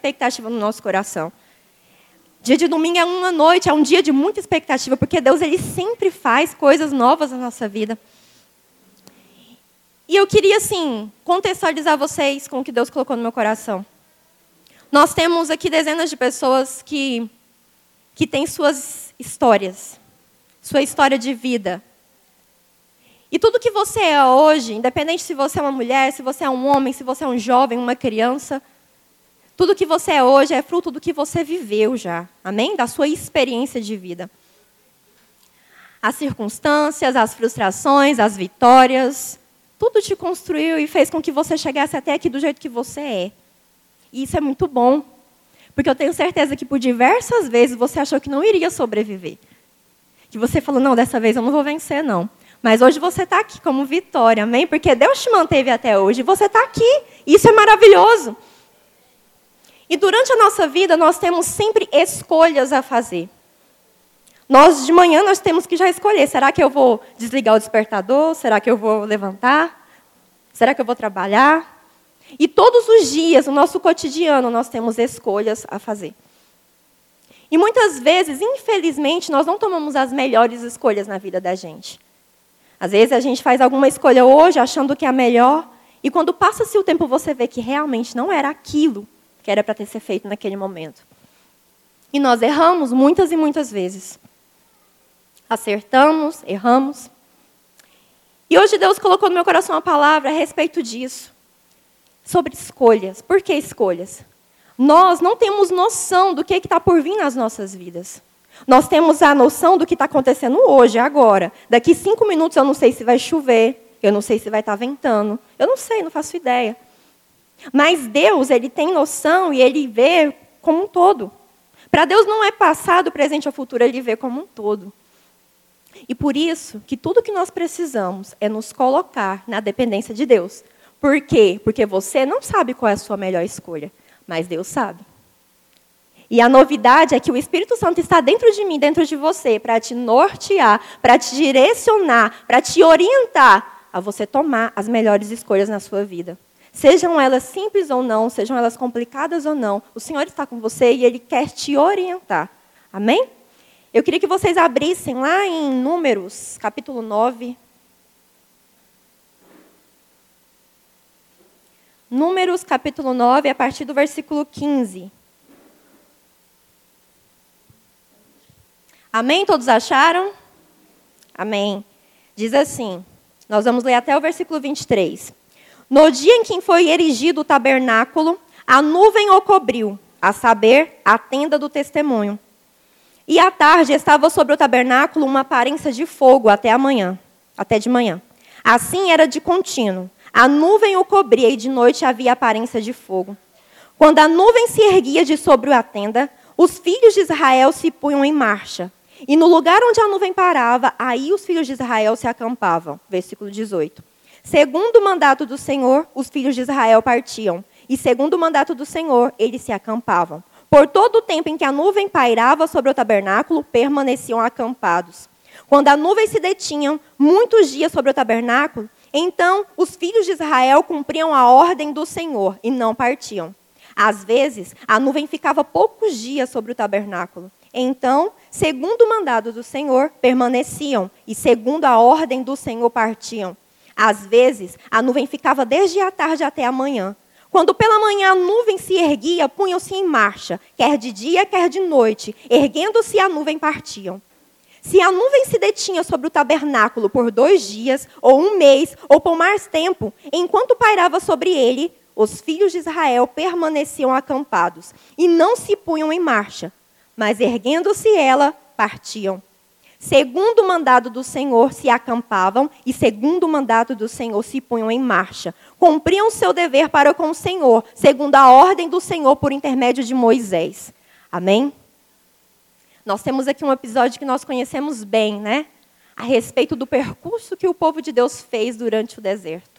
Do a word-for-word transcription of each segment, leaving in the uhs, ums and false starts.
expectativa no nosso coração. Dia de domingo é uma noite, é um dia de muita expectativa, porque Deus ele sempre faz coisas novas na nossa vida. E eu queria, assim, contextualizar vocês com o que Deus colocou no meu coração. Nós temos aqui dezenas de pessoas que, que têm suas histórias, sua história de vida. E tudo que você é hoje, independente se você é uma mulher, se você é um homem, se você é um jovem, uma criança, tudo que você é hoje é fruto do que você viveu já. Amém? Da sua experiência de vida. As circunstâncias, as frustrações, as vitórias, tudo te construiu e fez com que você chegasse até aqui do jeito que você é. E isso é muito bom. Porque eu tenho certeza que por diversas vezes você achou que não iria sobreviver. Que você falou, não, dessa vez eu não vou vencer, não. Mas hoje você está aqui como vitória, amém? Porque Deus te manteve até hoje e você está aqui. Isso é maravilhoso. E durante a nossa vida, nós temos sempre escolhas a fazer. Nós, de manhã, nós temos que já escolher. Será que eu vou desligar o despertador? Será que eu vou levantar? Será que eu vou trabalhar? E todos os dias, no nosso cotidiano, nós temos escolhas a fazer. E muitas vezes, infelizmente, nós não tomamos as melhores escolhas na vida da gente. Às vezes, a gente faz alguma escolha hoje, achando que é a melhor, e quando passa-se o tempo, você vê que realmente não era aquilo que era para ter sido feito naquele momento. E nós erramos muitas e muitas vezes. Acertamos, erramos. E hoje Deus colocou no meu coração uma palavra a respeito disso. Sobre escolhas. Por que escolhas? Nós não temos noção do que está por vir nas nossas vidas. Nós temos a noção do que está acontecendo hoje, agora. Daqui cinco minutos eu não sei se vai chover, eu não sei se vai estar ventando. Eu não sei, não faço ideia. Mas Deus, ele tem noção e ele vê como um todo. Para Deus não é passado, presente ou futuro, ele vê como um todo. E por isso que tudo que nós precisamos é nos colocar na dependência de Deus. Por quê? Porque você não sabe qual é a sua melhor escolha, mas Deus sabe. E a novidade é que o Espírito Santo está dentro de mim, dentro de você, para te nortear, para te direcionar, para te orientar a você tomar as melhores escolhas na sua vida. Sejam elas simples ou não, sejam elas complicadas ou não, o Senhor está com você e Ele quer te orientar. Amém? Eu queria que vocês abrissem lá em Números, capítulo nove. Números, capítulo nove, a partir do versículo quinze. Amém? Todos acharam? Amém. Diz assim, nós vamos ler até o versículo vinte e três. No dia em que foi erigido o tabernáculo, a nuvem o cobriu, a saber, a tenda do testemunho. E à tarde estava sobre o tabernáculo uma aparência de fogo até amanhã, até de manhã. Assim era de contínuo. A nuvem o cobria e de noite havia aparência de fogo. Quando a nuvem se erguia de sobre a tenda, os filhos de Israel se punham em marcha. E no lugar onde a nuvem parava, aí os filhos de Israel se acampavam. Versículo dezoito. Segundo o mandato do Senhor, os filhos de Israel partiam. E segundo o mandato do Senhor, eles se acampavam. Por todo o tempo em que a nuvem pairava sobre o tabernáculo, permaneciam acampados. Quando a nuvem se detinha muitos dias sobre o tabernáculo, então os filhos de Israel cumpriam a ordem do Senhor e não partiam. Às vezes, a nuvem ficava poucos dias sobre o tabernáculo. Então, segundo o mandado do Senhor, permaneciam e segundo a ordem do Senhor partiam. Às vezes, a nuvem ficava desde a tarde até a manhã. Quando pela manhã a nuvem se erguia, punham-se em marcha, quer de dia, quer de noite. Erguendo-se a nuvem, partiam. Se a nuvem se detinha sobre o tabernáculo por dois dias, ou um mês, ou por mais tempo, enquanto pairava sobre ele, os filhos de Israel permaneciam acampados, e não se punham em marcha, mas erguendo-se ela, partiam. Segundo o mandado do Senhor, se acampavam, e segundo o mandato do Senhor, se punham em marcha. Cumpriam o seu dever para com o Senhor, segundo a ordem do Senhor, por intermédio de Moisés. Amém? Nós temos aqui um episódio que nós conhecemos bem, né? A respeito do percurso que o povo de Deus fez durante o deserto.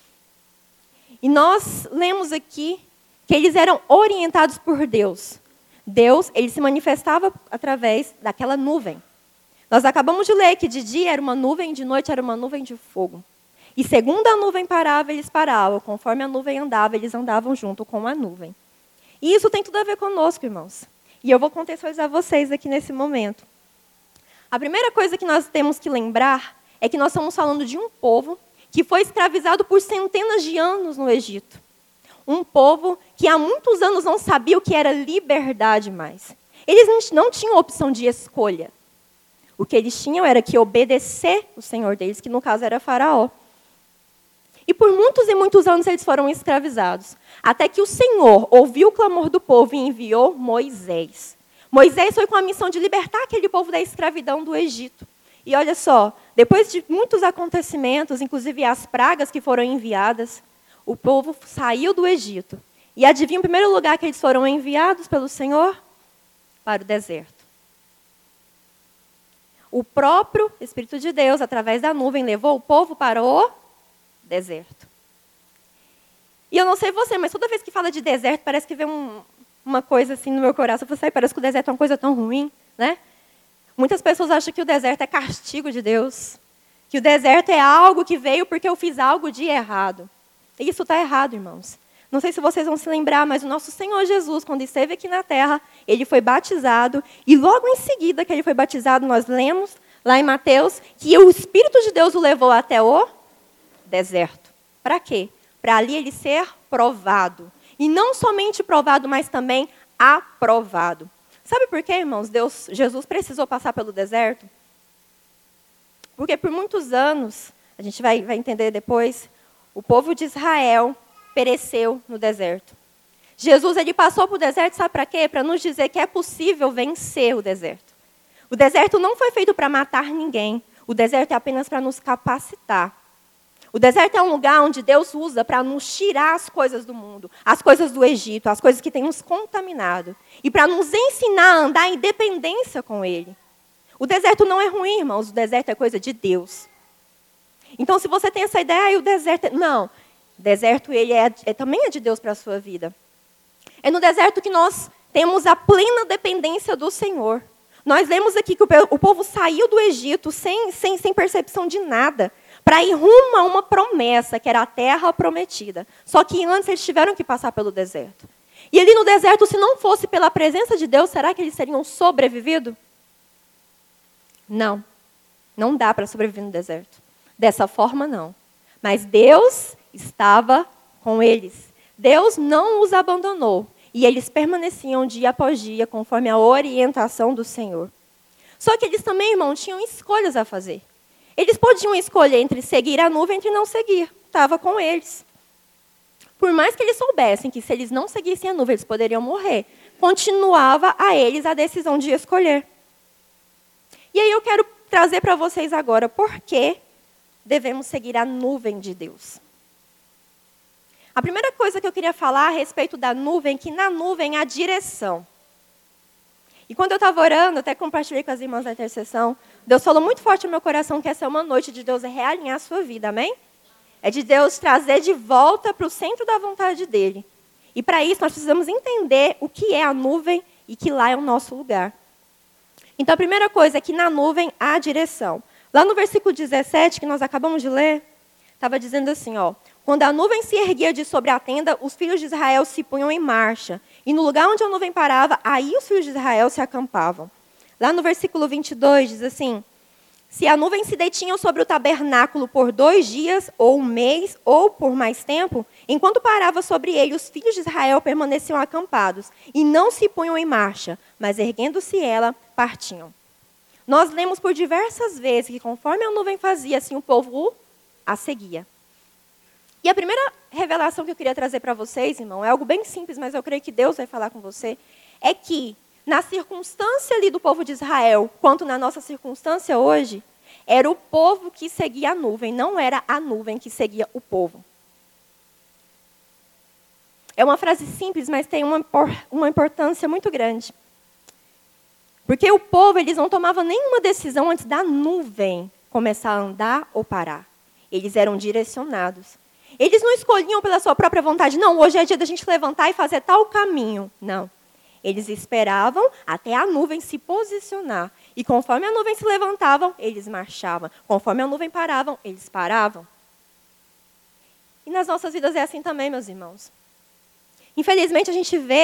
E nós lemos aqui que eles eram orientados por Deus. Deus, ele se manifestava através daquela nuvem. Nós acabamos de ler que de dia era uma nuvem, de noite era uma nuvem de fogo. E segundo a nuvem parava, eles paravam. Conforme a nuvem andava, eles andavam junto com a nuvem. E isso tem tudo a ver conosco, irmãos. E eu vou contextualizar vocês aqui nesse momento. A primeira coisa que nós temos que lembrar é que nós estamos falando de um povo que foi escravizado por centenas de anos no Egito. Um povo que há muitos anos não sabia o que era liberdade mais. Eles não tinham opção de escolha. O que eles tinham era que obedecer o Senhor deles, que no caso era Faraó. E por muitos e muitos anos eles foram escravizados. Até que o Senhor ouviu o clamor do povo e enviou Moisés. Moisés foi com a missão de libertar aquele povo da escravidão do Egito. E olha só, depois de muitos acontecimentos, inclusive as pragas que foram enviadas, o povo saiu do Egito. E adivinha, em primeiro lugar, que eles foram enviados pelo Senhor? Para o deserto. O próprio Espírito de Deus, através da nuvem, levou o povo para o deserto. E eu não sei você, mas toda vez que fala de deserto, parece que vem um, uma coisa assim no meu coração. Você parece que o deserto é uma coisa tão ruim, né? Muitas pessoas acham que o deserto é castigo de Deus. Que o deserto é algo que veio porque eu fiz algo de errado. E isso está errado, irmãos. Não sei se vocês vão se lembrar, mas o nosso Senhor Jesus, quando esteve aqui na terra, ele foi batizado. E logo em seguida que ele foi batizado, nós lemos lá em Mateus que o Espírito de Deus o levou até o deserto. Para quê? Para ali ele ser provado. E não somente provado, mas também aprovado. Sabe por quê, irmãos? Deus, Jesus precisou passar pelo deserto? Porque por muitos anos, a gente vai, vai entender depois, o povo de Israel pereceu no deserto. Jesus ele passou para o deserto, sabe para quê? Para nos dizer que é possível vencer o deserto. O deserto não foi feito para matar ninguém. O deserto é apenas para nos capacitar. O deserto é um lugar onde Deus usa para nos tirar as coisas do mundo, as coisas do Egito, as coisas que têm nos contaminado. E para nos ensinar a andar em dependência com Ele. O deserto não é ruim, irmãos. O deserto é coisa de Deus. Então, se você tem essa ideia, aí o deserto... É... Não, o deserto ele é, é, também é de Deus para a sua vida. É no deserto que nós temos a plena dependência do Senhor. Nós lemos aqui que o, o povo saiu do Egito sem, sem, sem percepção de nada, para ir rumo a uma promessa, que era a terra prometida. Só que antes eles tiveram que passar pelo deserto. E ali no deserto, se não fosse pela presença de Deus, será que eles teriam sobrevivido? Não. Não dá para sobreviver no deserto. Dessa forma, não. Mas Deus estava com eles. Deus não os abandonou. E eles permaneciam dia após dia, conforme a orientação do Senhor. Só que eles também, irmão, tinham escolhas a fazer. Eles podiam escolher entre seguir a nuvem e entre não seguir. Estava com eles. Por mais que eles soubessem que se eles não seguissem a nuvem, eles poderiam morrer, continuava a eles a decisão de escolher. E aí eu quero trazer para vocês agora por que devemos seguir a nuvem de Deus. A primeira coisa que eu queria falar a respeito da nuvem é que na nuvem há direção. E quando eu estava orando, até compartilhei com as irmãs da intercessão, Deus falou muito forte no meu coração que essa é uma noite de Deus realinhar a sua vida, amém? É de Deus trazer de volta para o centro da vontade dEle. E para isso nós precisamos entender o que é a nuvem e que lá é o nosso lugar. Então a primeira coisa é que na nuvem há direção. Lá no versículo dezessete, que nós acabamos de ler, estava dizendo assim, ó, quando a nuvem se erguia de sobre a tenda, os filhos de Israel se punham em marcha. E no lugar onde a nuvem parava, aí os filhos de Israel se acampavam. Lá no versículo vinte e dois, diz assim, se a nuvem se detinha sobre o tabernáculo por dois dias, ou um mês, ou por mais tempo, enquanto parava sobre ele, os filhos de Israel permaneciam acampados, e não se punham em marcha, mas erguendo-se ela, partiam. Nós lemos por diversas vezes que conforme a nuvem fazia, assim o povo a seguia. E a primeira revelação que eu queria trazer para vocês, irmão, é algo bem simples, mas eu creio que Deus vai falar com você, é que na circunstância ali do povo de Israel, quanto na nossa circunstância hoje, era o povo que seguia a nuvem, não era a nuvem que seguia o povo. É uma frase simples, mas tem uma, uma importância muito grande. Porque o povo, eles não tomavam nenhuma decisão antes da nuvem começar a andar ou parar. Eles eram direcionados. Eles não escolhiam pela sua própria vontade. Não, hoje é dia da gente levantar e fazer tal caminho. Não. Eles esperavam até a nuvem se posicionar. E conforme a nuvem se levantavam, eles marchavam. Conforme a nuvem paravam, eles paravam. E nas nossas vidas é assim também, meus irmãos. Infelizmente, a gente vê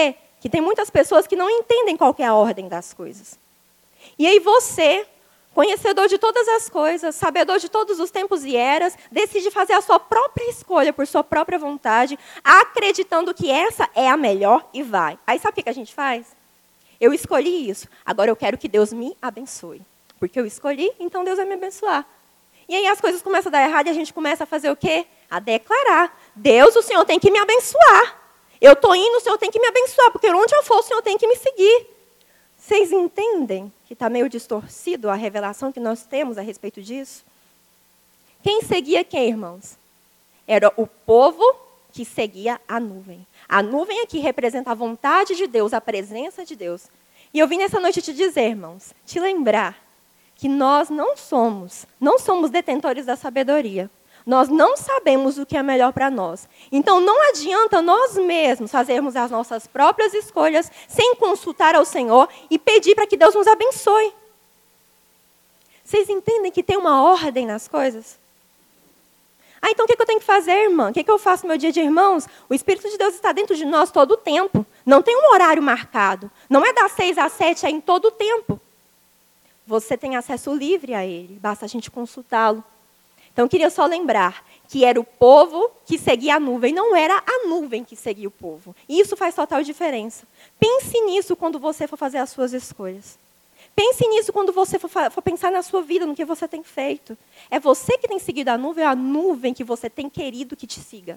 que tem muitas pessoas que não entendem qual que é a ordem das coisas. E aí você, conhecedor de todas as coisas, sabedor de todos os tempos e eras, decide fazer a sua própria escolha por sua própria vontade, acreditando que essa é a melhor e vai. Aí sabe o que a gente faz? Eu escolhi isso, agora eu quero que Deus me abençoe. Porque eu escolhi, então Deus vai me abençoar. E aí as coisas começam a dar errado e a gente começa a fazer o quê? A declarar. Deus, o Senhor tem que me abençoar. Eu estou indo, o Senhor tem que me abençoar, porque onde eu for, o Senhor tem que me seguir. Vocês entendem que está meio distorcido a revelação que nós temos a respeito disso? Quem seguia quem, irmãos? Era o povo que seguia a nuvem. A nuvem aqui representa a vontade de Deus, a presença de Deus. E eu vim nessa noite te dizer, irmãos, te lembrar que nós não somos, não somos detentores da sabedoria. Nós não sabemos o que é melhor para nós. Então, não adianta nós mesmos fazermos as nossas próprias escolhas sem consultar ao Senhor e pedir para que Deus nos abençoe. Vocês entendem que tem uma ordem nas coisas? Ah, então o que eu tenho que fazer, irmã? O que eu faço no meu dia de irmãos? O Espírito de Deus está dentro de nós todo o tempo. Não tem um horário marcado. Não é das seis às sete, é em todo o tempo. Você tem acesso livre a Ele. Basta a gente consultá-lo. Então, eu queria só lembrar que era o povo que seguia a nuvem, não era a nuvem que seguia o povo. E isso faz total diferença. Pense nisso quando você for fazer as suas escolhas. Pense nisso quando você for, for pensar na sua vida, no que você tem feito. É você que tem seguido a nuvem, ou a nuvem que você tem querido que te siga?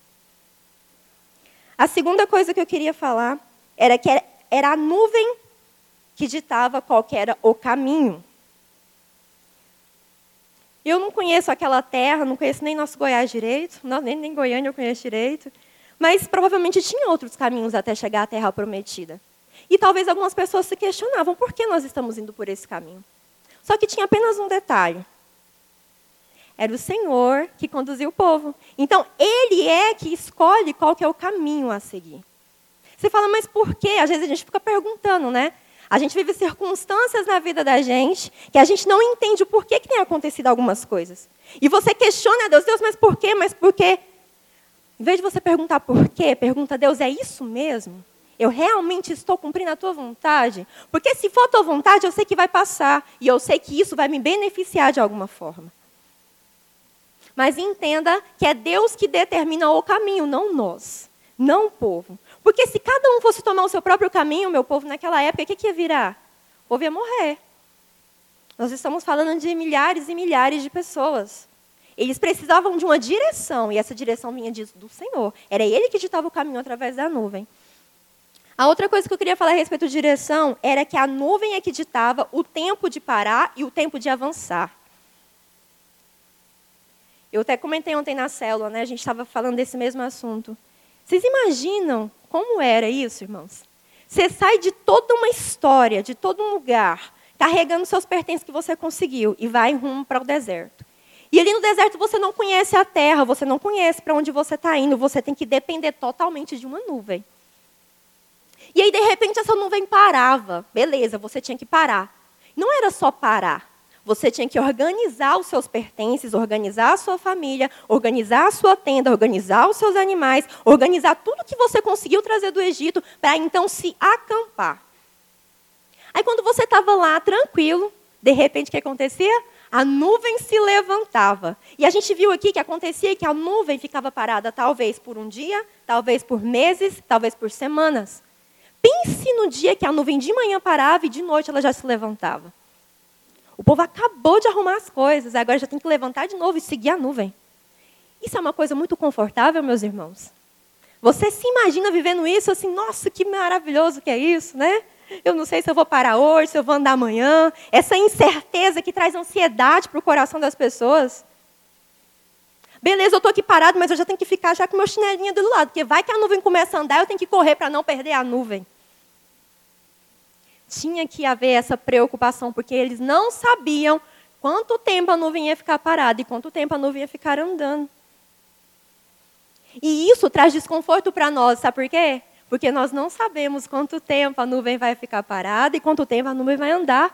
A segunda coisa que eu queria falar era que era, era a nuvem que ditava qual que era o caminho. Eu não conheço aquela terra, não conheço nem nosso Goiás direito, não, nem, nem Goiânia eu conheço direito, mas provavelmente tinha outros caminhos até chegar à terra prometida. E talvez algumas pessoas se questionavam por que nós estamos indo por esse caminho. Só que tinha apenas um detalhe. Era o Senhor que conduzia o povo. Então, Ele é que escolhe qual que é o caminho a seguir. Você fala, mas por quê? Às vezes a gente fica perguntando, né? A gente vive circunstâncias na vida da gente que a gente não entende o porquê que tem acontecido algumas coisas. E você questiona a Deus, Deus, mas por quê? Mas por quê? Em vez de você perguntar por quê, pergunta a Deus, é isso mesmo? Eu realmente estou cumprindo a tua vontade? Porque se for a tua vontade, eu sei que vai passar. E eu sei que isso vai me beneficiar de alguma forma. Mas entenda que é Deus que determina o caminho, não nós. Não o povo. Porque se cada um fosse tomar o seu próprio caminho, meu povo, naquela época, o que, que ia virar? O povo ia morrer. Nós estamos falando de milhares e milhares de pessoas. Eles precisavam de uma direção, e essa direção vinha do Senhor. Era Ele que ditava o caminho através da nuvem. A outra coisa que eu queria falar a respeito de direção era que a nuvem é que ditava o tempo de parar e o tempo de avançar. Eu até comentei ontem na célula, né? A gente estava falando desse mesmo assunto. Vocês imaginam como era isso, irmãos? Você sai de toda uma história, de todo um lugar, carregando seus pertences que você conseguiu e vai rumo para o deserto. E ali no deserto você não conhece a terra, você não conhece para onde você está indo, você tem que depender totalmente de uma nuvem. E aí, de repente, essa nuvem parava. Beleza, você tinha que parar. Não era só parar. Você tinha que organizar os seus pertences, organizar a sua família, organizar a sua tenda, organizar os seus animais, organizar tudo que você conseguiu trazer do Egito para então se acampar. Aí quando você estava lá tranquilo, de repente o que acontecia? A nuvem se levantava. E a gente viu aqui que acontecia que a nuvem ficava parada talvez por um dia, talvez por meses, talvez por semanas. Pense no dia que a nuvem de manhã parava e de noite ela já se levantava. O povo acabou de arrumar as coisas, agora já tem que levantar de novo e seguir a nuvem. Isso é uma coisa muito confortável, meus irmãos? Você se imagina vivendo isso assim, nossa, que maravilhoso que é isso, né? Eu não sei se eu vou parar hoje, se eu vou andar amanhã. Essa incerteza que traz ansiedade para o coração das pessoas. Beleza, eu estou aqui parado, mas eu já tenho que ficar já com meu chinelinho do lado, porque vai que a nuvem começa a andar, eu tenho que correr para não perder a nuvem. Tinha que haver essa preocupação, porque eles não sabiam quanto tempo a nuvem ia ficar parada e quanto tempo a nuvem ia ficar andando. E isso traz desconforto para nós, sabe por quê? Porque nós não sabemos quanto tempo a nuvem vai ficar parada e quanto tempo a nuvem vai andar.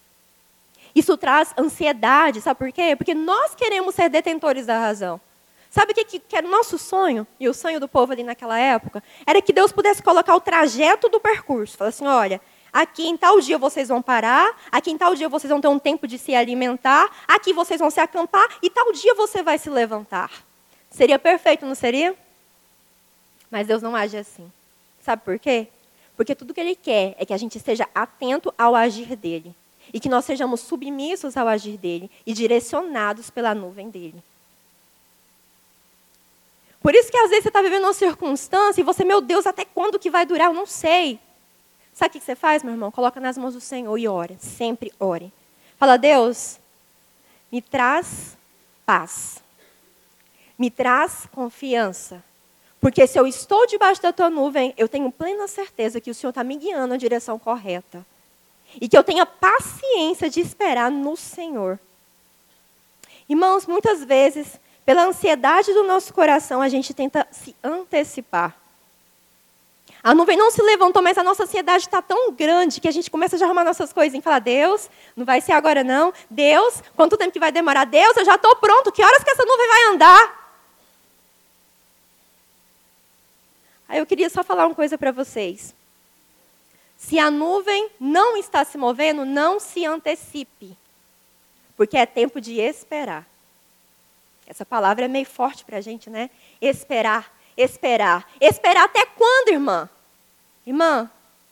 Isso traz ansiedade, sabe por quê? Porque nós queremos ser detentores da razão. Sabe o que, que era o nosso sonho? E o sonho do povo ali naquela época? Era que Deus pudesse colocar o trajeto do percurso. Falar assim, olha, aqui em tal dia vocês vão parar, aqui em tal dia vocês vão ter um tempo de se alimentar, aqui vocês vão se acampar e tal dia você vai se levantar. Seria perfeito, não seria? Mas Deus não age assim. Sabe por quê? Porque tudo que Ele quer é que a gente esteja atento ao agir dEle. E que nós sejamos submissos ao agir dEle e direcionados pela nuvem dEle. Por isso que às vezes você está vivendo uma circunstância e você, meu Deus, até quando que vai durar? Eu não sei. Sabe o que você faz, meu irmão? Coloca nas mãos do Senhor e ora. Sempre ore. Fala, Deus, me traz paz. Me traz confiança. Porque se eu estou debaixo da tua nuvem, eu tenho plena certeza que o Senhor está me guiando na direção correta. E que eu tenha paciência de esperar no Senhor. Irmãos, muitas vezes, pela ansiedade do nosso coração, a gente tenta se antecipar. A nuvem não se levantou, mas a nossa ansiedade está tão grande que a gente começa a já arrumar nossas coisinhas e falar, Deus, não vai ser agora não. Deus, quanto tempo que vai demorar? Deus, eu já estou pronto. Que horas que essa nuvem vai andar? Aí eu queria só falar uma coisa para vocês. Se a nuvem não está se movendo, não se antecipe. Porque é tempo de esperar. Essa palavra é meio forte para a gente, né? Esperar, esperar. Esperar até quando, irmã? Irmã,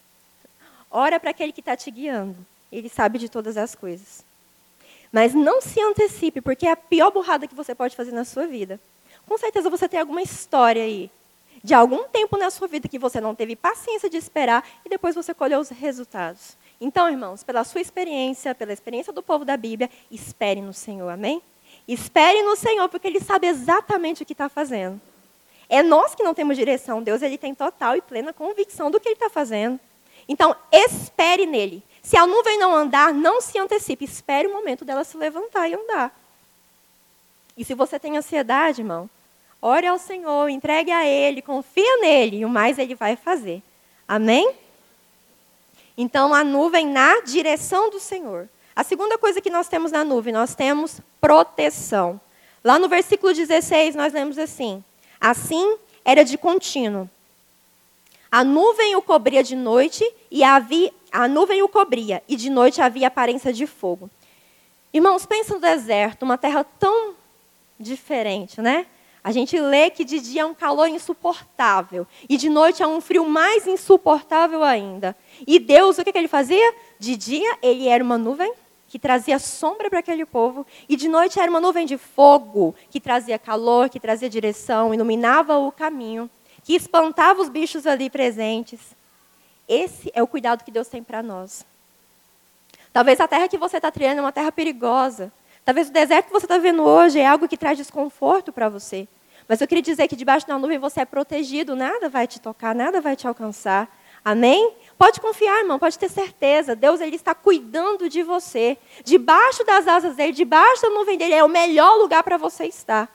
ora para aquele que está te guiando. Ele sabe de todas as coisas. Mas não se antecipe, porque é a pior burrada que você pode fazer na sua vida. Com certeza você tem alguma história aí, de algum tempo na sua vida que você não teve paciência de esperar e depois você colheu os resultados. Então, irmãos, pela sua experiência, pela experiência do povo da Bíblia, espere no Senhor, amém? Espere no Senhor, porque Ele sabe exatamente o que está fazendo. É nós que não temos direção. Deus, Ele tem total e plena convicção do que Ele está fazendo. Então, espere nele. Se a nuvem não andar, não se antecipe. Espere o momento dela se levantar e andar. E se você tem ansiedade, irmão, ore ao Senhor, entregue a Ele, confia nele, e o mais Ele vai fazer. Amém? Então, a nuvem na direção do Senhor. A segunda coisa que nós temos na nuvem, nós temos proteção. Lá no versículo dezesseis, nós lemos assim. Assim era de contínuo. A nuvem o cobria de noite, e havia, a nuvem o cobria, e de noite havia aparência de fogo. Irmãos, pensa no deserto, uma terra tão diferente, né? A gente lê que de dia é um calor insuportável, e de noite é um frio mais insuportável ainda. E Deus, o que, que Ele fazia? De dia, Ele era uma nuvem que trazia sombra para aquele povo, e de noite era uma nuvem de fogo, que trazia calor, que trazia direção, iluminava o caminho, que espantava os bichos ali presentes. Esse é o cuidado que Deus tem para nós. Talvez a terra que você está trilhando é uma terra perigosa. Talvez o deserto que você está vendo hoje é algo que traz desconforto para você. Mas eu queria dizer que debaixo da nuvem você é protegido, nada vai te tocar, nada vai te alcançar. Amém? Pode confiar, irmão, pode ter certeza. Deus, Ele está cuidando de você. Debaixo das asas dEle, debaixo da nuvem dEle, é o melhor lugar para você estar.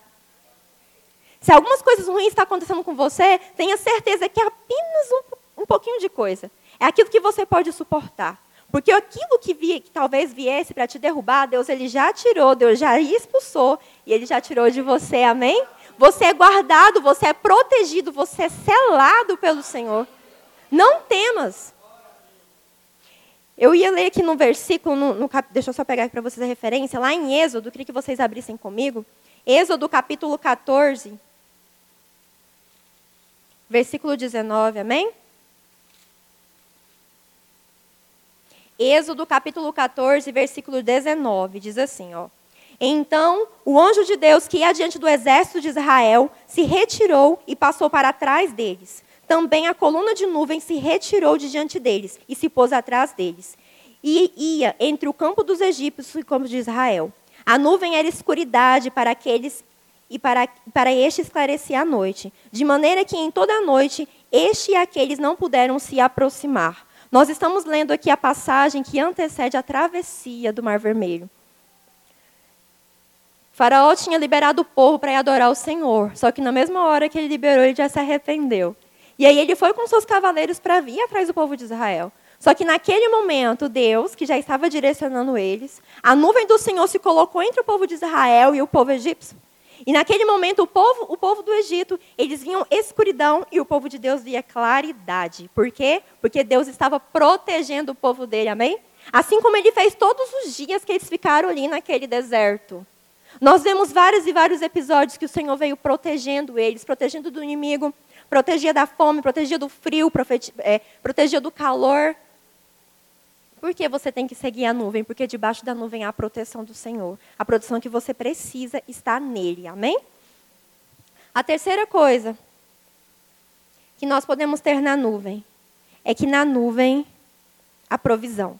Se algumas coisas ruins estão acontecendo com você, tenha certeza que é apenas um, um pouquinho de coisa. É aquilo que você pode suportar. Porque aquilo que, via, que talvez viesse para te derrubar, Deus Ele já tirou, Deus já expulsou, e Ele já tirou de você, amém? Você é guardado, você é protegido, você é selado pelo Senhor. Não temas. Eu ia ler aqui no versículo, no, no cap... deixa eu só pegar aqui para vocês a referência, lá em Êxodo, eu queria que vocês abrissem comigo. Êxodo capítulo quatorze, versículo dezenove, amém? Êxodo capítulo quatorze, versículo dezenove, diz assim, ó. Então, o anjo de Deus que ia diante do exército de Israel se retirou e passou para trás deles. Também a coluna de nuvem se retirou de diante deles e se pôs atrás deles. E ia entre o campo dos egípcios e o campo de Israel. A nuvem era escuridade para aqueles e para, para este esclarecer a noite. De maneira que em toda a noite este e aqueles não puderam se aproximar. Nós estamos lendo aqui a passagem que antecede a travessia do Mar Vermelho. Faraó tinha liberado o povo para ir adorar o Senhor. Só que na mesma hora que ele liberou, ele já se arrependeu. E aí ele foi com seus cavaleiros para vir atrás do povo de Israel. Só que naquele momento, Deus, que já estava direcionando eles, a nuvem do Senhor se colocou entre o povo de Israel e o povo egípcio. E naquele momento, o povo, o povo do Egito, eles viam escuridão e o povo de Deus via claridade. Por quê? Porque Deus estava protegendo o povo dele, amém? Assim como ele fez todos os dias que eles ficaram ali naquele deserto. Nós vemos vários e vários episódios que o Senhor veio protegendo eles, protegendo do inimigo, protegia da fome, protegia do frio, profeti- é, protegia do calor. Por que você tem que seguir a nuvem? Porque debaixo da nuvem há a proteção do Senhor. A proteção que você precisa está nele, amém? A terceira coisa que nós podemos ter na nuvem é que na nuvem há provisão.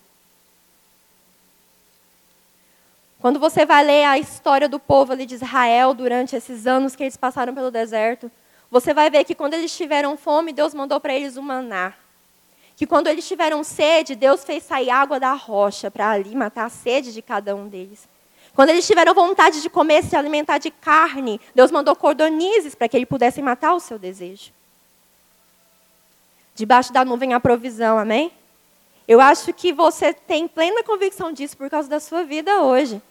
Quando você vai ler a história do povo ali de Israel durante esses anos que eles passaram pelo deserto, você vai ver que quando eles tiveram fome, Deus mandou para eles o maná. Que quando eles tiveram sede, Deus fez sair água da rocha para ali matar a sede de cada um deles. Quando eles tiveram vontade de comer, se alimentar de carne, Deus mandou cordonizes para que eles pudessem matar o seu desejo. Debaixo da nuvem há provisão, amém? Eu acho que você tem plena convicção disso por causa da sua vida hoje.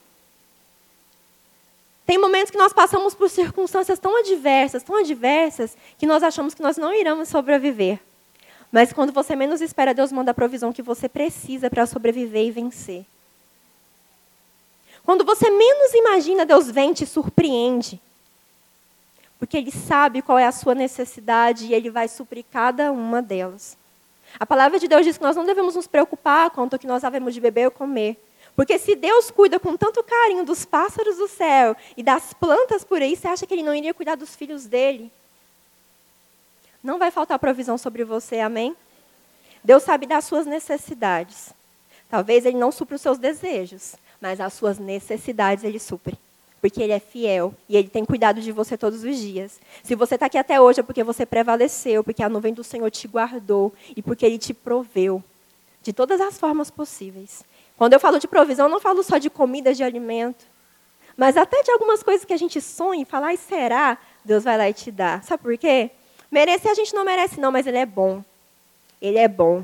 Tem momentos que nós passamos por circunstâncias tão adversas, tão adversas, que nós achamos que nós não iremos sobreviver. Mas quando você menos espera, Deus manda a provisão que você precisa para sobreviver e vencer. Quando você menos imagina, Deus vem e te surpreende. Porque Ele sabe qual é a sua necessidade e Ele vai suprir cada uma delas. A palavra de Deus diz que nós não devemos nos preocupar quanto ao que nós havemos de beber ou comer. Porque se Deus cuida com tanto carinho dos pássaros do céu e das plantas por aí, você acha que Ele não iria cuidar dos filhos dele? Não vai faltar provisão sobre você, amém? Deus sabe das suas necessidades. Talvez Ele não supra os seus desejos, mas as suas necessidades Ele supre. Porque Ele é fiel e Ele tem cuidado de você todos os dias. Se você está aqui até hoje é porque você prevaleceu, porque a nuvem do Senhor te guardou e porque Ele te proveu de todas as formas possíveis. Quando eu falo de provisão, eu não falo só de comida, de alimento, mas até de algumas coisas que a gente sonha e fala, ai, será? Deus vai lá e te dá. Sabe por quê? Merecer a gente não merece não, mas Ele é bom. Ele é bom.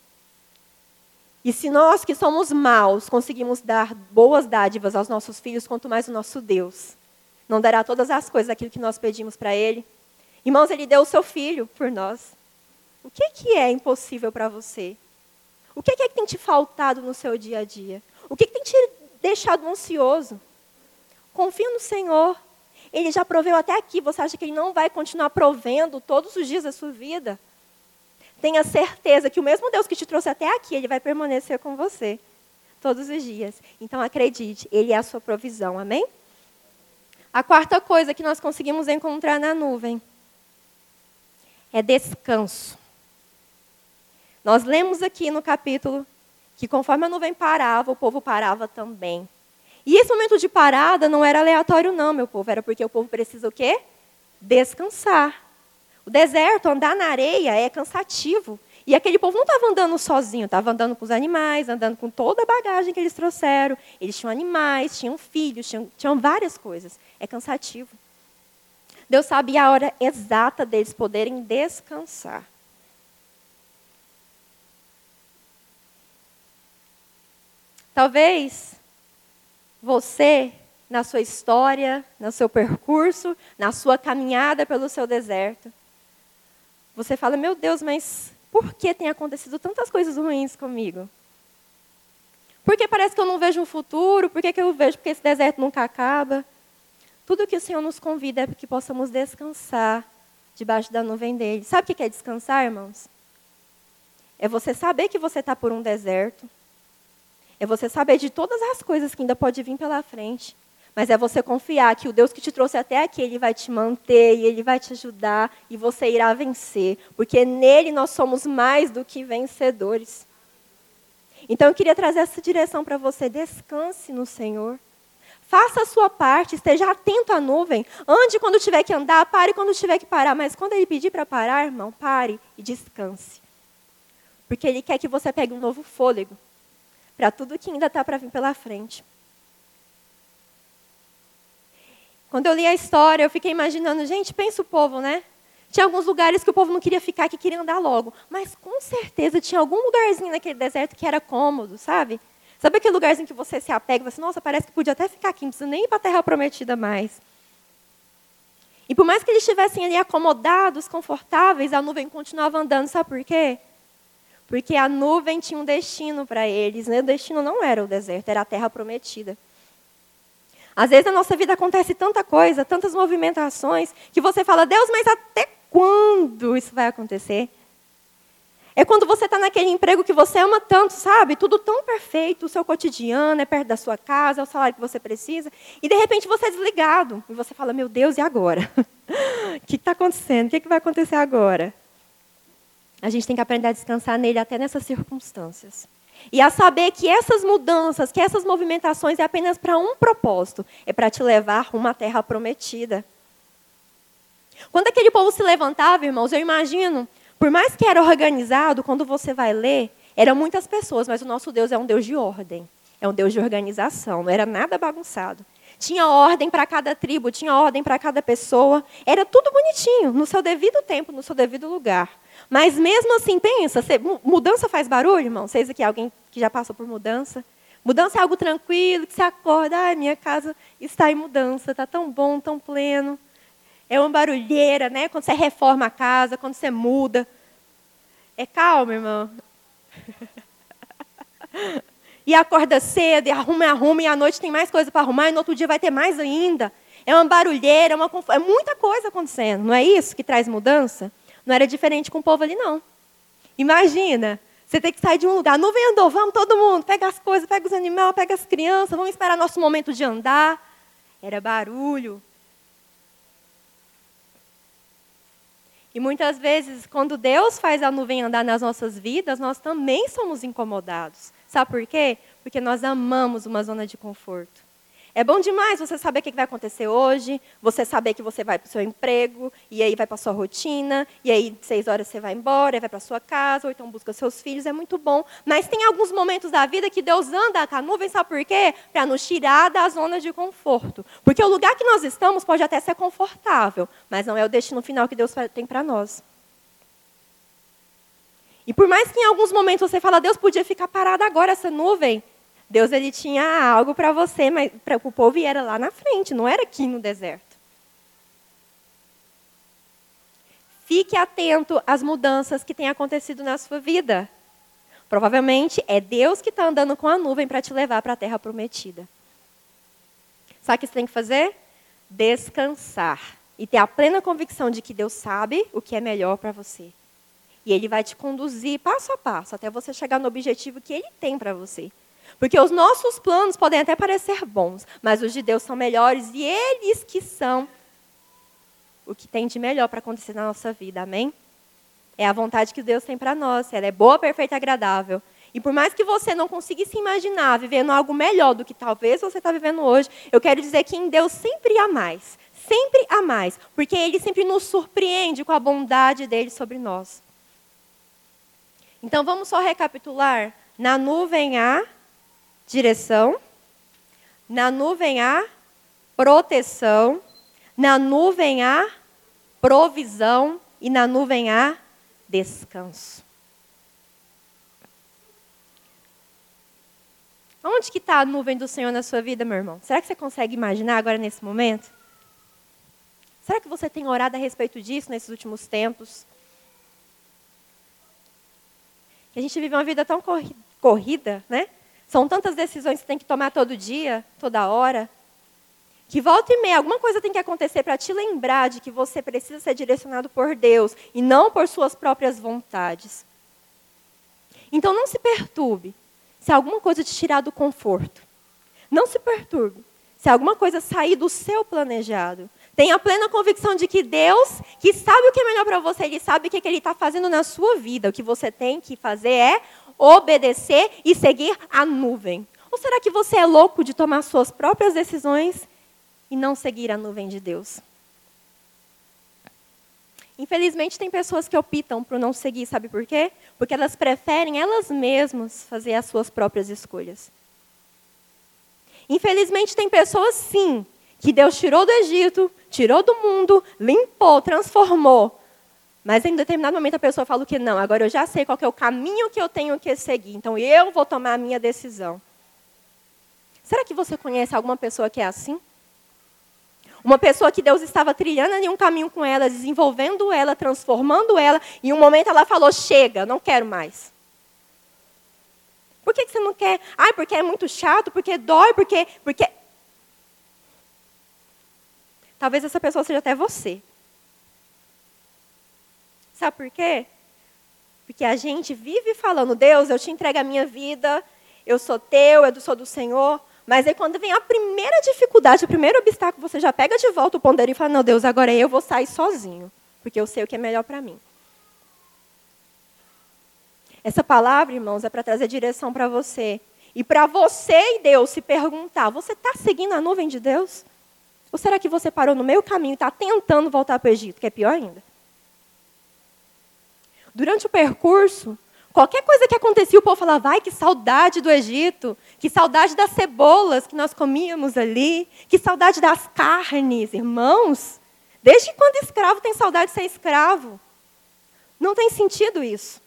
E se nós que somos maus conseguimos dar boas dádivas aos nossos filhos, quanto mais o nosso Deus não dará todas as coisas, aquilo que nós pedimos para Ele. Irmãos, Ele deu o seu Filho por nós. O que, que é impossível para você? O que, que é que tem te faltado no seu dia a dia? O que, que tem te deixado ansioso? Confia no Senhor. Ele já proveu até aqui. Você acha que Ele não vai continuar provendo todos os dias da sua vida? Tenha certeza que o mesmo Deus que te trouxe até aqui, Ele vai permanecer com você todos os dias. Então acredite, Ele é a sua provisão, amém? A quarta coisa que nós conseguimos encontrar na nuvem é descanso. Nós lemos aqui no capítulo que conforme a nuvem parava, o povo parava também. E esse momento de parada não era aleatório não, meu povo, era porque o povo precisa o quê? Descansar. O deserto, andar na areia é cansativo. E aquele povo não estava andando sozinho, estava andando com os animais, andando com toda a bagagem que eles trouxeram. Eles tinham animais, tinham filhos, tinham, tinham várias coisas. É cansativo. Deus sabia a hora exata deles poderem descansar. Talvez você, na sua história, no seu percurso, na sua caminhada pelo seu deserto, você fala, meu Deus, mas por que tem acontecido tantas coisas ruins comigo? Por que parece que eu não vejo um futuro? Por que, que eu vejo que esse deserto nunca acaba? Tudo que o Senhor nos convida é para que possamos descansar debaixo da nuvem dele. Sabe o que é descansar, irmãos? É você saber que você está por um deserto. É você saber de todas as coisas que ainda pode vir pela frente. Mas é você confiar que o Deus que te trouxe até aqui, Ele vai te manter e Ele vai te ajudar e você irá vencer. Porque nele nós somos mais do que vencedores. Então eu queria trazer essa direção para você. Descanse no Senhor. Faça a sua parte, esteja atento à nuvem. Ande quando tiver que andar, pare quando tiver que parar. Mas quando Ele pedir para parar, irmão, pare e descanse. Porque Ele quer que você pegue um novo fôlego para tudo que ainda está para vir pela frente. Quando eu li a história, eu fiquei imaginando, gente, pensa o povo, né? Tinha alguns lugares que o povo não queria ficar, que queria andar logo. Mas com certeza tinha algum lugarzinho naquele deserto que era cômodo, sabe? Sabe aquele lugarzinho que você se apega e fala assim, nossa, parece que podia até ficar aqui, não precisa nem ir para a terra prometida mais. E por mais que eles estivessem ali acomodados, confortáveis, a nuvem continuava andando. Sabe por quê? Porque a nuvem tinha um destino para eles, né? O destino não era o deserto, era a terra prometida. Às vezes na nossa vida acontece tanta coisa, tantas movimentações, que você fala, Deus, mas até quando isso vai acontecer? É quando você está naquele emprego que você ama tanto, sabe? Tudo tão perfeito, o seu cotidiano é perto da sua casa, é o salário que você precisa. E de repente você é desligado. E você fala, meu Deus, e agora? O que está acontecendo? O que, que vai acontecer agora? A gente tem que aprender a descansar nele até nessas circunstâncias. E a saber que essas mudanças, que essas movimentações é apenas para um propósito. É para te levar rumo à terra prometida. Quando aquele povo se levantava, irmãos, eu imagino... Por mais que era organizado, quando você vai ler, eram muitas pessoas, mas o nosso Deus é um Deus de ordem. É um Deus de organização, não era nada bagunçado. Tinha ordem para cada tribo, tinha ordem para cada pessoa. Era tudo bonitinho, no seu devido tempo, no seu devido lugar. Mas mesmo assim, pensa, mudança faz barulho, irmão? Vocês aqui, alguém que já passou por mudança? Mudança é algo tranquilo, que você acorda, ai, minha casa está em mudança, está tão bom, tão pleno. É uma barulheira, né? Quando você reforma a casa, quando você muda. É calma, irmão. E acorda cedo, e arruma, e arruma, e à noite tem mais coisa para arrumar, e no outro dia vai ter mais ainda. É uma barulheira, é, uma, é muita coisa acontecendo. Não é isso que traz mudança? Não era diferente com o povo ali, não. Imagina, você tem que sair de um lugar. A nuvem andou, vamos todo mundo. Pega as coisas, pega os animais, pega as crianças, vamos esperar nosso momento de andar. Era barulho. E muitas vezes, quando Deus faz a nuvem andar nas nossas vidas, nós também somos incomodados. Sabe por quê? Porque nós amamos uma zona de conforto. É bom demais você saber o que vai acontecer hoje, você saber que você vai para o seu emprego, e aí vai para a sua rotina, e aí seis horas você vai embora, e vai para a sua casa, ou então busca seus filhos, é muito bom. Mas tem alguns momentos da vida que Deus anda com a nuvem, sabe por quê? Para nos tirar da zona de conforto. Porque o lugar que nós estamos pode até ser confortável, mas não é o destino final que Deus tem para nós. E por mais que em alguns momentos você fala, Deus podia ficar parado agora, essa nuvem, Deus ele tinha algo para você, mas para o povo era lá na frente, não era aqui no deserto. Fique atento às mudanças que têm acontecido na sua vida. Provavelmente é Deus que está andando com a nuvem para te levar para a terra prometida. Sabe o que você tem que fazer? Descansar. E ter a plena convicção de que Deus sabe o que é melhor para você. E Ele vai te conduzir passo a passo até você chegar no objetivo que Ele tem para você. Porque os nossos planos podem até parecer bons, mas os de Deus são melhores e eles que são o que tem de melhor para acontecer na nossa vida, amém? É a vontade que Deus tem para nós, ela é boa, perfeita e agradável. E por mais que você não consiga se imaginar vivendo algo melhor do que talvez você está vivendo hoje, eu quero dizer que em Deus sempre há mais, sempre há mais, porque Ele sempre nos surpreende com a bondade dEle sobre nós. Então vamos só recapitular. Na nuvem há direção, na nuvem há proteção, na nuvem há provisão e na nuvem há descanso. Onde que está a nuvem do Senhor na sua vida, meu irmão? Será que você consegue imaginar agora nesse momento? Será que você tem orado a respeito disso nesses últimos tempos? Que a gente vive uma vida tão corrida, né? São tantas decisões que você tem que tomar todo dia, toda hora, que volta e meia, alguma coisa tem que acontecer para te lembrar de que você precisa ser direcionado por Deus e não por suas próprias vontades. Então não se perturbe se alguma coisa te tirar do conforto. Não se perturbe se alguma coisa sair do seu planejado. Tenha plena convicção de que Deus, que sabe o que é melhor para você, Ele sabe o que Ele está fazendo na sua vida. O que você tem que fazer é obedecer e seguir a nuvem. Ou será que você é louco de tomar suas próprias decisões e não seguir a nuvem de Deus? Infelizmente, tem pessoas que optam por não seguir, sabe por quê? Porque elas preferem elas mesmas fazer as suas próprias escolhas. Infelizmente, tem pessoas, sim, que Deus tirou do Egito, tirou do mundo, limpou, transformou. Mas em determinado momento a pessoa fala que não, agora eu já sei qual que é o caminho que eu tenho que seguir, então eu vou tomar a minha decisão. Será que você conhece alguma pessoa que é assim? Uma pessoa que Deus estava trilhando ali um caminho com ela, desenvolvendo ela, transformando ela, e em um momento ela falou, chega, não quero mais. Por que que você não quer? Ai, porque é muito chato, porque dói, porque... porque... Talvez essa pessoa seja até você. Sabe por quê? Porque a gente vive falando, Deus, eu te entrego a minha vida, eu sou teu, eu sou do Senhor. Mas aí quando vem a primeira dificuldade, o primeiro obstáculo, você já pega de volta o pondeiro e fala, não, Deus, agora eu vou sair sozinho. Porque eu sei o que é melhor para mim. Essa palavra, irmãos, é para trazer direção para você. E para você e Deus se perguntar, você está seguindo a nuvem de Deus? Ou será que você parou no meio caminho e está tentando voltar para o Egito, que é pior ainda? Durante o percurso, qualquer coisa que acontecia, o povo falava, ai, que saudade do Egito, que saudade das cebolas que nós comíamos ali, que saudade das carnes, irmãos. Desde quando escravo tem saudade de ser escravo? Não tem sentido isso.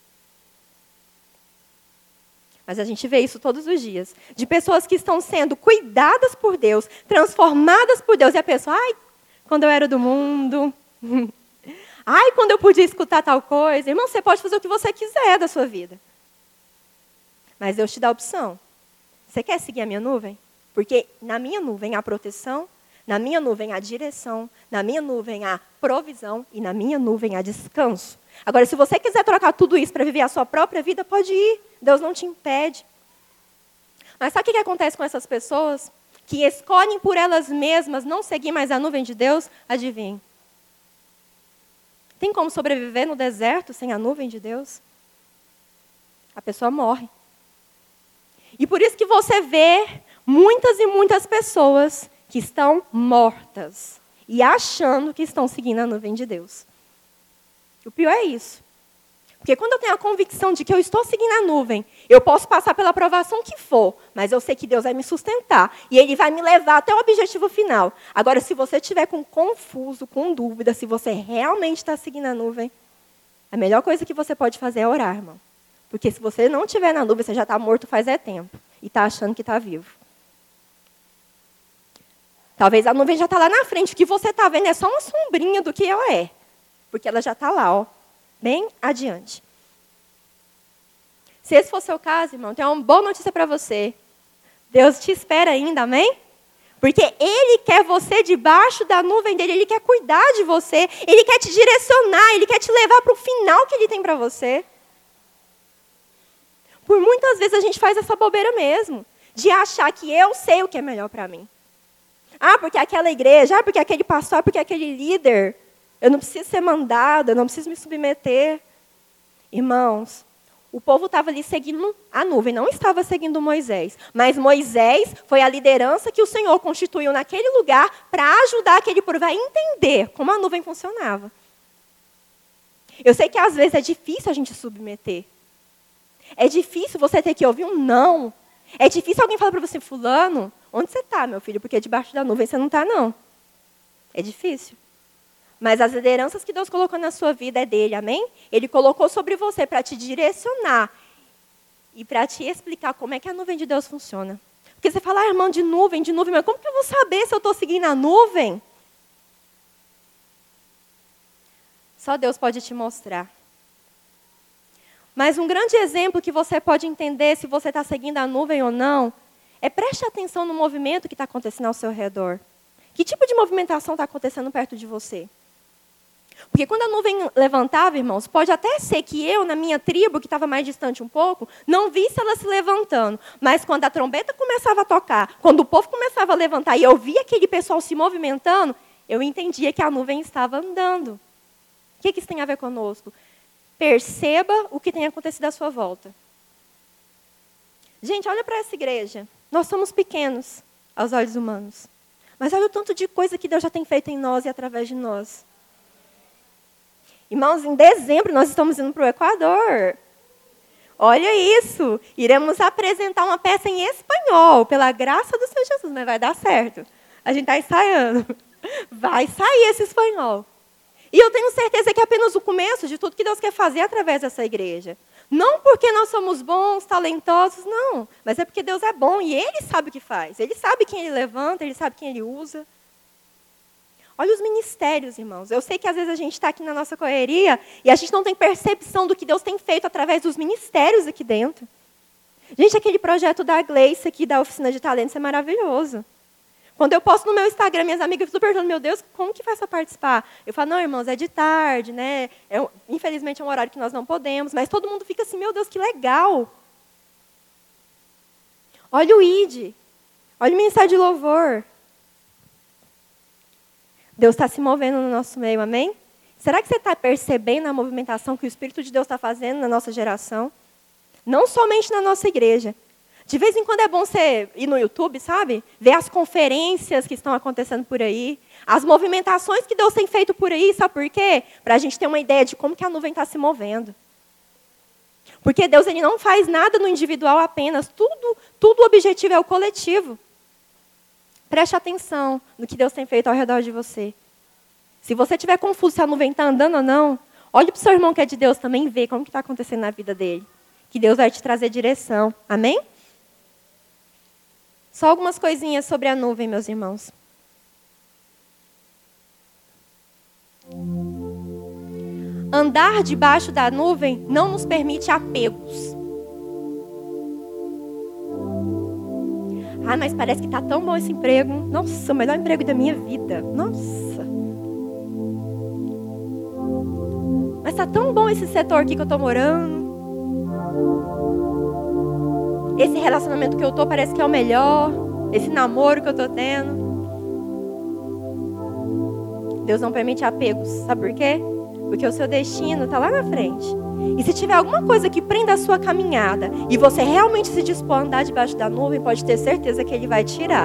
Mas a gente vê isso todos os dias. De pessoas que estão sendo cuidadas por Deus, transformadas por Deus. E a pessoa, ai, quando eu era do mundo. Ai, quando eu podia escutar tal coisa. Irmão, você pode fazer o que você quiser da sua vida. Mas Deus te dá a opção. Você quer seguir a minha nuvem? Porque na minha nuvem há proteção, na minha nuvem há direção, na minha nuvem há provisão e na minha nuvem há descanso. Agora, se você quiser trocar tudo isso para viver a sua própria vida, pode ir. Deus não te impede. Mas sabe o que acontece com essas pessoas que escolhem por elas mesmas não seguir mais a nuvem de Deus? Adivinhem. Tem como sobreviver no deserto sem a nuvem de Deus? A pessoa morre. E por isso que você vê muitas e muitas pessoas que estão mortas e achando que estão seguindo a nuvem de Deus. O pior é isso. Porque quando eu tenho a convicção de que eu estou seguindo a nuvem, eu posso passar pela provação que for, mas eu sei que Deus vai me sustentar e Ele vai me levar até o objetivo final. Agora, se você estiver com confuso, com dúvida, se você realmente está seguindo a nuvem, a melhor coisa que você pode fazer é orar, irmão. Porque se você não estiver na nuvem, você já está morto faz é tempo e está achando que está vivo. Talvez a nuvem já está lá na frente, o que você está vendo é só uma sombrinha do que ela é. Porque ela já está lá, ó, bem adiante. Se esse for o seu caso, irmão, tem uma boa notícia para você. Deus te espera ainda, amém? Porque Ele quer você debaixo da nuvem dEle, Ele quer cuidar de você, Ele quer te direcionar, Ele quer te levar para o final que Ele tem para você. Por muitas vezes a gente faz essa bobeira mesmo, de achar que eu sei o que é melhor para mim. Ah, porque aquela igreja, ah, porque aquele pastor, ah, porque aquele líder... Eu não preciso ser mandada, eu não preciso me submeter. Irmãos, o povo estava ali seguindo a nuvem, não estava seguindo Moisés. Mas Moisés foi a liderança que o Senhor constituiu naquele lugar para ajudar aquele povo a entender como a nuvem funcionava. Eu sei que às vezes é difícil a gente submeter. É difícil você ter que ouvir um não. É difícil alguém falar para você, fulano, onde você está, meu filho? Porque debaixo da nuvem você não está, não. É difícil. Mas as lideranças que Deus colocou na sua vida é dele, amém? Ele colocou sobre você para te direcionar e para te explicar como é que a nuvem de Deus funciona. Porque você fala, ah, irmão, de nuvem, de nuvem, mas como que eu vou saber se eu estou seguindo a nuvem? Só Deus pode te mostrar. Mas um grande exemplo que você pode entender se você está seguindo a nuvem ou não, é preste atenção no movimento que está acontecendo ao seu redor. Que tipo de movimentação está acontecendo perto de você? Porque quando a nuvem levantava, irmãos, pode até ser que eu, na minha tribo, que estava mais distante um pouco, não visse ela se levantando. Mas quando a trombeta começava a tocar, quando o povo começava a levantar e eu via aquele pessoal se movimentando, eu entendia que a nuvem estava andando. O que, que isso tem a ver conosco? Perceba o que tem acontecido à sua volta. Gente, olha para essa igreja. Nós somos pequenos aos olhos humanos. Mas olha o tanto de coisa que Deus já tem feito em nós e através de nós. Irmãos, em dezembro nós estamos indo para o Equador. Olha isso. Iremos apresentar uma peça em espanhol, pela graça do Senhor Jesus, mas vai dar certo. A gente está ensaiando. Vai sair esse espanhol. E eu tenho certeza que é apenas o começo de tudo que Deus quer fazer através dessa igreja. Não porque nós somos bons, talentosos, não. Mas é porque Deus é bom e Ele sabe o que faz. Ele sabe quem Ele levanta, Ele sabe quem Ele usa. Olha os ministérios, irmãos. Eu sei que às vezes a gente está aqui na nossa correria e a gente não tem percepção do que Deus tem feito através dos ministérios aqui dentro. Gente, aquele projeto da Gleice aqui, da Oficina de Talentos, é maravilhoso. Quando eu posto no meu Instagram, minhas amigas ficam perguntando, meu Deus, como que faz para participar? Eu falo, não, irmãos, é de tarde, né? É, infelizmente é um horário que nós não podemos, mas todo mundo fica assim, meu Deus, que legal. Olha o I D, olha o ministério de louvor. Deus está se movendo no nosso meio, amém? Será que você está percebendo a movimentação que o Espírito de Deus está fazendo na nossa geração? Não somente na nossa igreja. De vez em quando é bom você ir no YouTube, sabe? Ver as conferências que estão acontecendo por aí. As movimentações que Deus tem feito por aí, sabe por quê? Para a gente ter uma ideia de como que a nuvem está se movendo. Porque Deus ele não faz nada no individual apenas. Tudo, tudo o objetivo é o coletivo. Preste atenção no que Deus tem feito ao redor de você. Se você estiver confuso se a nuvem está andando ou não, olhe para o seu irmão que é de Deus também e vê como está acontecendo na vida dele. Que Deus vai te trazer direção. Amém? Só algumas coisinhas sobre a nuvem, meus irmãos. Andar debaixo da nuvem não nos permite apegos. Ah, mas parece que está tão bom esse emprego. Nossa, o melhor emprego da minha vida. Nossa. Mas está tão bom esse setor aqui que eu estou morando. Esse relacionamento que eu estou parece que é o melhor. Esse namoro que eu estou tendo. Deus não permite apegos. Sabe por quê? Porque o seu destino está lá na frente. E se tiver alguma coisa que prenda a sua caminhada e você realmente se dispor a andar debaixo da nuvem, pode ter certeza que Ele vai tirar.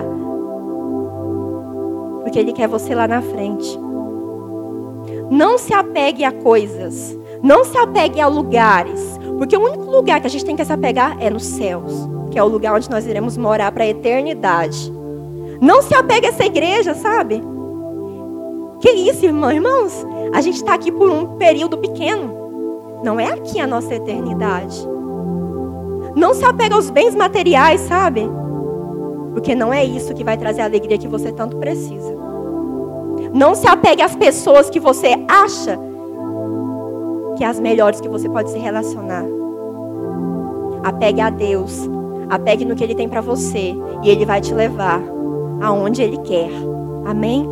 Porque Ele quer você lá na frente. Não se apegue a coisas. Não se apegue a lugares. Porque o único lugar que a gente tem que se apegar é nos céus. Que é o lugar onde nós iremos morar para a eternidade. Não se apegue a essa igreja, sabe? Que isso, irmão, irmãos? A gente está aqui por um período pequeno. Não é aqui a nossa eternidade. Não se apega aos bens materiais, sabe? Porque não é isso que vai trazer a alegria que você tanto precisa. Não se apegue às pessoas que você acha que é as melhores que você pode se relacionar. Apegue a Deus. Apegue no que Ele tem para você. E Ele vai te levar aonde Ele quer. Amém?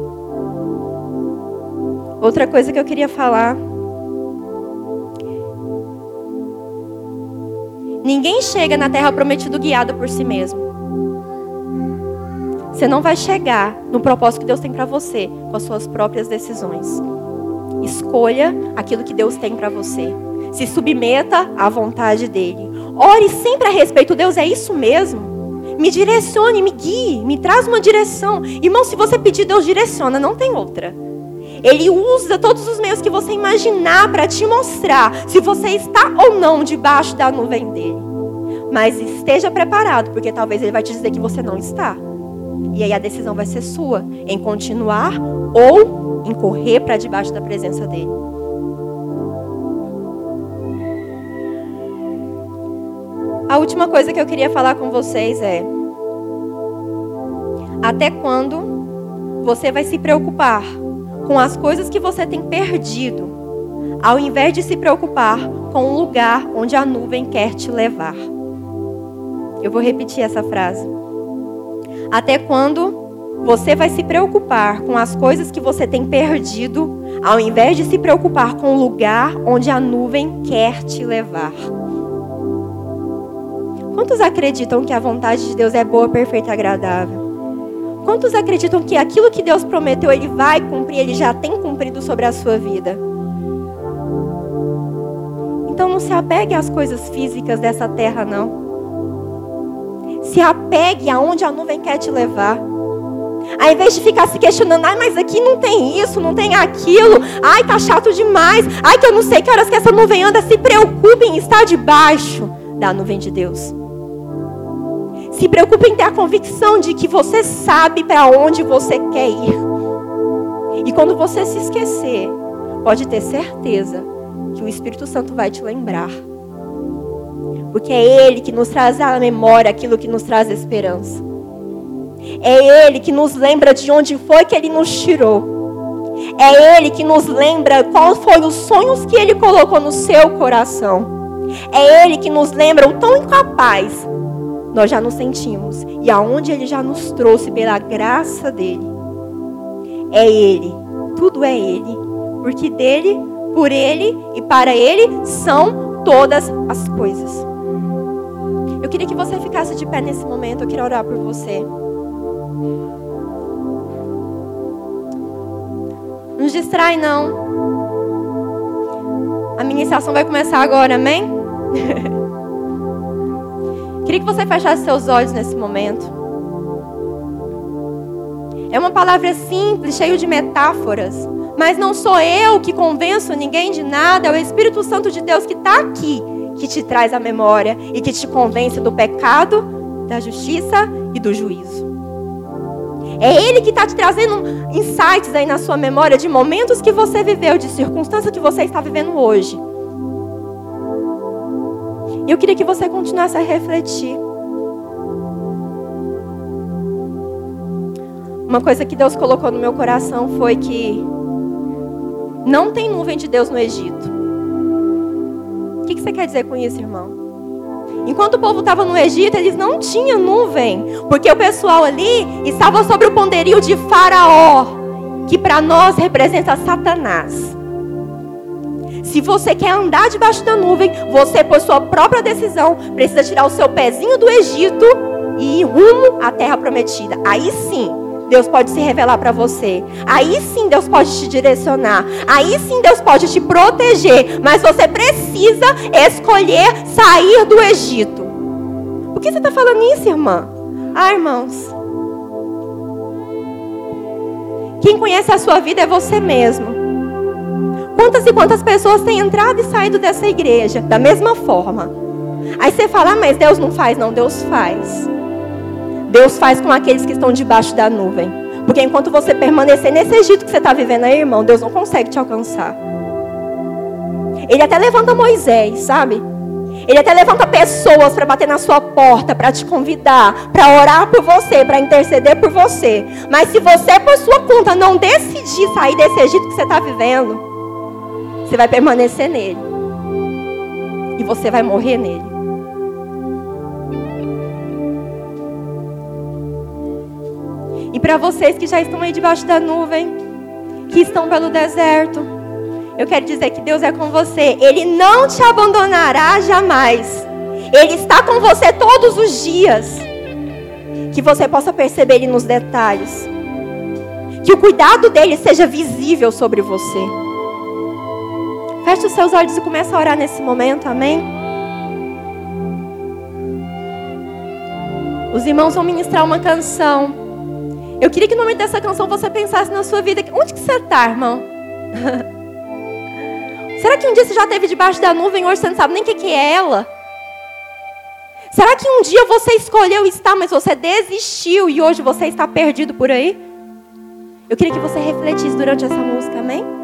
Outra coisa que eu queria falar. Ninguém chega na terra prometida guiado por si mesmo. Você não vai chegar no propósito que Deus tem para você com as suas próprias decisões. Escolha aquilo que Deus tem para você. Se submeta à vontade dEle. Ore sempre a respeito. Deus, é isso mesmo? Me direcione, me guie, me traz uma direção. Irmão, se você pedir, Deus direciona, não tem outra. Ele usa todos os meios que você imaginar para te mostrar se você está ou não debaixo da nuvem dele. Mas esteja preparado, porque talvez ele vai te dizer que você não está. E aí a decisão vai ser sua, em continuar ou em correr para debaixo da presença dele. A última coisa que eu queria falar com vocês é: até quando você vai se preocupar com as coisas que você tem perdido, ao invés de se preocupar com o lugar onde a nuvem quer te levar? Eu vou repetir essa frase. Até quando você vai se preocupar com as coisas que você tem perdido, ao invés de se preocupar com o lugar onde a nuvem quer te levar? Quantos acreditam que a vontade de Deus é boa, perfeita e agradável? Quantos acreditam que aquilo que Deus prometeu, Ele vai cumprir, Ele já tem cumprido sobre a sua vida? Então não se apegue às coisas físicas dessa terra, não. Se apegue aonde a nuvem quer te levar. Ao invés de ficar se questionando, ai, mas aqui não tem isso, não tem aquilo, ai, tá chato demais, ai, que eu não sei que horas que essa nuvem anda, se preocupe em estar debaixo da nuvem de Deus. Se preocupe em ter a convicção de que você sabe para onde você quer ir. E quando você se esquecer, pode ter certeza que o Espírito Santo vai te lembrar. Porque é Ele que nos traz à memória aquilo que nos traz esperança. É Ele que nos lembra de onde foi que Ele nos tirou. É Ele que nos lembra quais foram os sonhos que Ele colocou no seu coração. É Ele que nos lembra o tão incapaz nós já nos sentimos. E aonde Ele já nos trouxe pela graça dEle. É Ele. Tudo é Ele. Porque dEle, por Ele e para Ele são todas as coisas. Eu queria que você ficasse de pé nesse momento. Eu queria orar por você. Não distrai, não. A ministração vai começar agora, amém? Queria que você fechasse seus olhos nesse momento. É uma palavra simples, cheia de metáforas. Mas não sou eu que convenço ninguém de nada. É o Espírito Santo de Deus que está aqui, que te traz a memória e que te convence do pecado, da justiça e do juízo. É Ele que está te trazendo insights aí na sua memória de momentos que você viveu, de circunstâncias que você está vivendo hoje. E eu queria que você continuasse a refletir. Uma coisa que Deus colocou no meu coração foi que não tem nuvem de Deus no Egito. O que você quer dizer com isso, irmão? Enquanto o povo estava no Egito, eles não tinham nuvem. Porque o pessoal ali estava sobre o poderio de Faraó, que para nós representa Satanás. Se você quer andar debaixo da nuvem, você, por sua própria decisão, precisa tirar o seu pezinho do Egito e ir rumo à terra prometida. Aí sim, Deus pode se revelar para você. Aí sim Deus pode te direcionar. Aí sim Deus pode te proteger. Mas você precisa escolher sair do Egito. Por que você está falando isso, irmã? Ah, irmãos, quem conhece a sua vida é você mesmo. Quantas e quantas pessoas têm entrado e saído dessa igreja da mesma forma? Aí você fala, ah, mas Deus não faz. Não, Deus faz. Deus faz com aqueles que estão debaixo da nuvem. Porque enquanto você permanecer nesse Egito que você está vivendo aí, irmão, Deus não consegue te alcançar. Ele até levanta Moisés, sabe? Ele até levanta pessoas para bater na sua porta, para te convidar, para orar por você, para interceder por você. Mas se você, por sua conta, não decidir sair desse Egito que você está vivendo, você vai permanecer nele. E você vai morrer nele. E para vocês que já estão aí debaixo da nuvem, que estão pelo deserto, eu quero dizer que Deus é com você. Ele não te abandonará jamais. Ele está com você todos os dias. Que você possa perceber Ele nos detalhes. Que o cuidado dEle seja visível sobre você. Feche os seus olhos e comece a orar nesse momento, amém? Os irmãos vão ministrar uma canção. Eu queria que no momento dessa canção você pensasse na sua vida. Onde que você está, irmão? Será que um dia você já esteve debaixo da nuvem e hoje você não sabe nem o que é ela? Será que um dia você escolheu estar, mas você desistiu e hoje você está perdido por aí? Eu queria que você refletisse durante essa música, amém?